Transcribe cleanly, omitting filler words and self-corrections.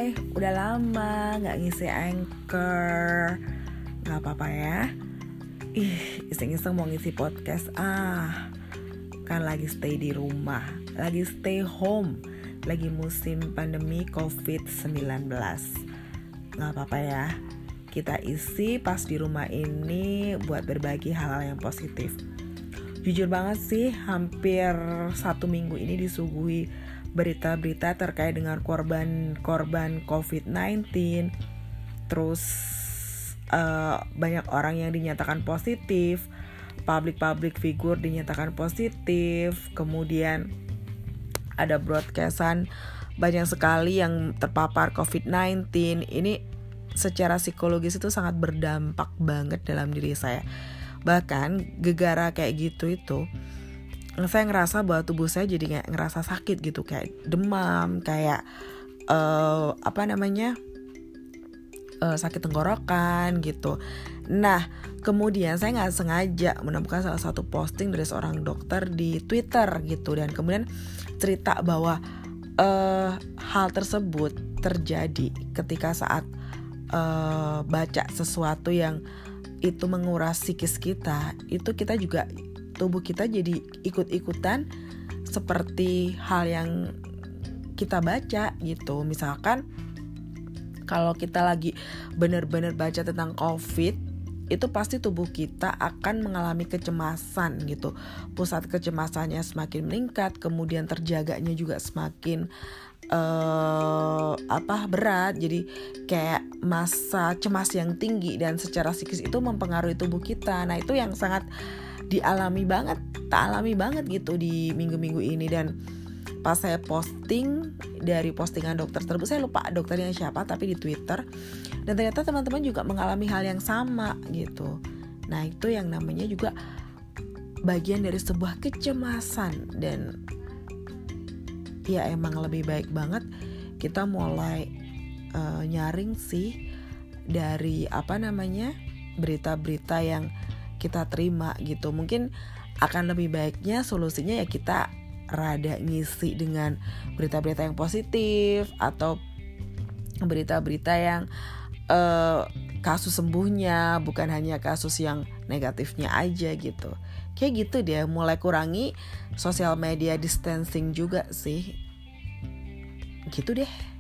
Hai, udah lama gak ngisi Anchor. Gak apa-apa ya. Iseng-iseng mau ngisi podcast. Kan lagi stay di rumah, lagi stay home, lagi musim pandemi COVID-19. Gak apa-apa ya, kita isi pas di rumah ini buat berbagi hal-hal yang positif. Jujur banget sih, hampir 1 minggu ini disuguhi berita-berita terkait dengan korban COVID-19. Terus banyak orang yang dinyatakan positif, public figure dinyatakan positif. Kemudian ada broadcastan banyak sekali yang terpapar COVID-19. Ini secara psikologis itu sangat berdampak banget dalam diri saya. Bahkan gegara kayak gitu itu saya ngerasa bahwa tubuh saya jadi kayak ngerasa sakit gitu, kayak demam, kayak sakit tenggorokan gitu. Nah, kemudian saya nggak sengaja menemukan salah satu posting dari seorang dokter di Twitter gitu, dan kemudian cerita bahwa hal tersebut terjadi ketika saat baca sesuatu yang itu menguras psikis kita, itu kita juga tubuh kita jadi ikut-ikutan seperti hal yang kita baca gitu. Misalkan kalau kita lagi benar-benar baca tentang COVID, itu pasti tubuh kita akan mengalami kecemasan gitu. Pusat kecemasannya semakin meningkat, kemudian terjaganya juga semakin berat. Jadi kayak masa cemas yang tinggi, dan secara psikis itu mempengaruhi tubuh kita. Nah, itu yang sangat tak alami banget gitu di minggu-minggu ini. Dan pas saya posting dari postingan dokter tersebut, saya lupa dokternya siapa, tapi di Twitter, dan ternyata teman-teman juga mengalami hal yang sama gitu. Nah, itu yang namanya juga bagian dari sebuah kecemasan. Dan ya emang lebih baik banget kita mulai nyaring sih dari berita-berita yang kita terima gitu. Mungkin akan lebih baiknya solusinya ya kita rada ngisi dengan berita-berita yang positif, atau berita-berita yang kasus sembuhnya, bukan hanya kasus yang negatifnya aja gitu. Kayak gitu deh, mulai kurangi social media distancing juga sih. Gitu deh.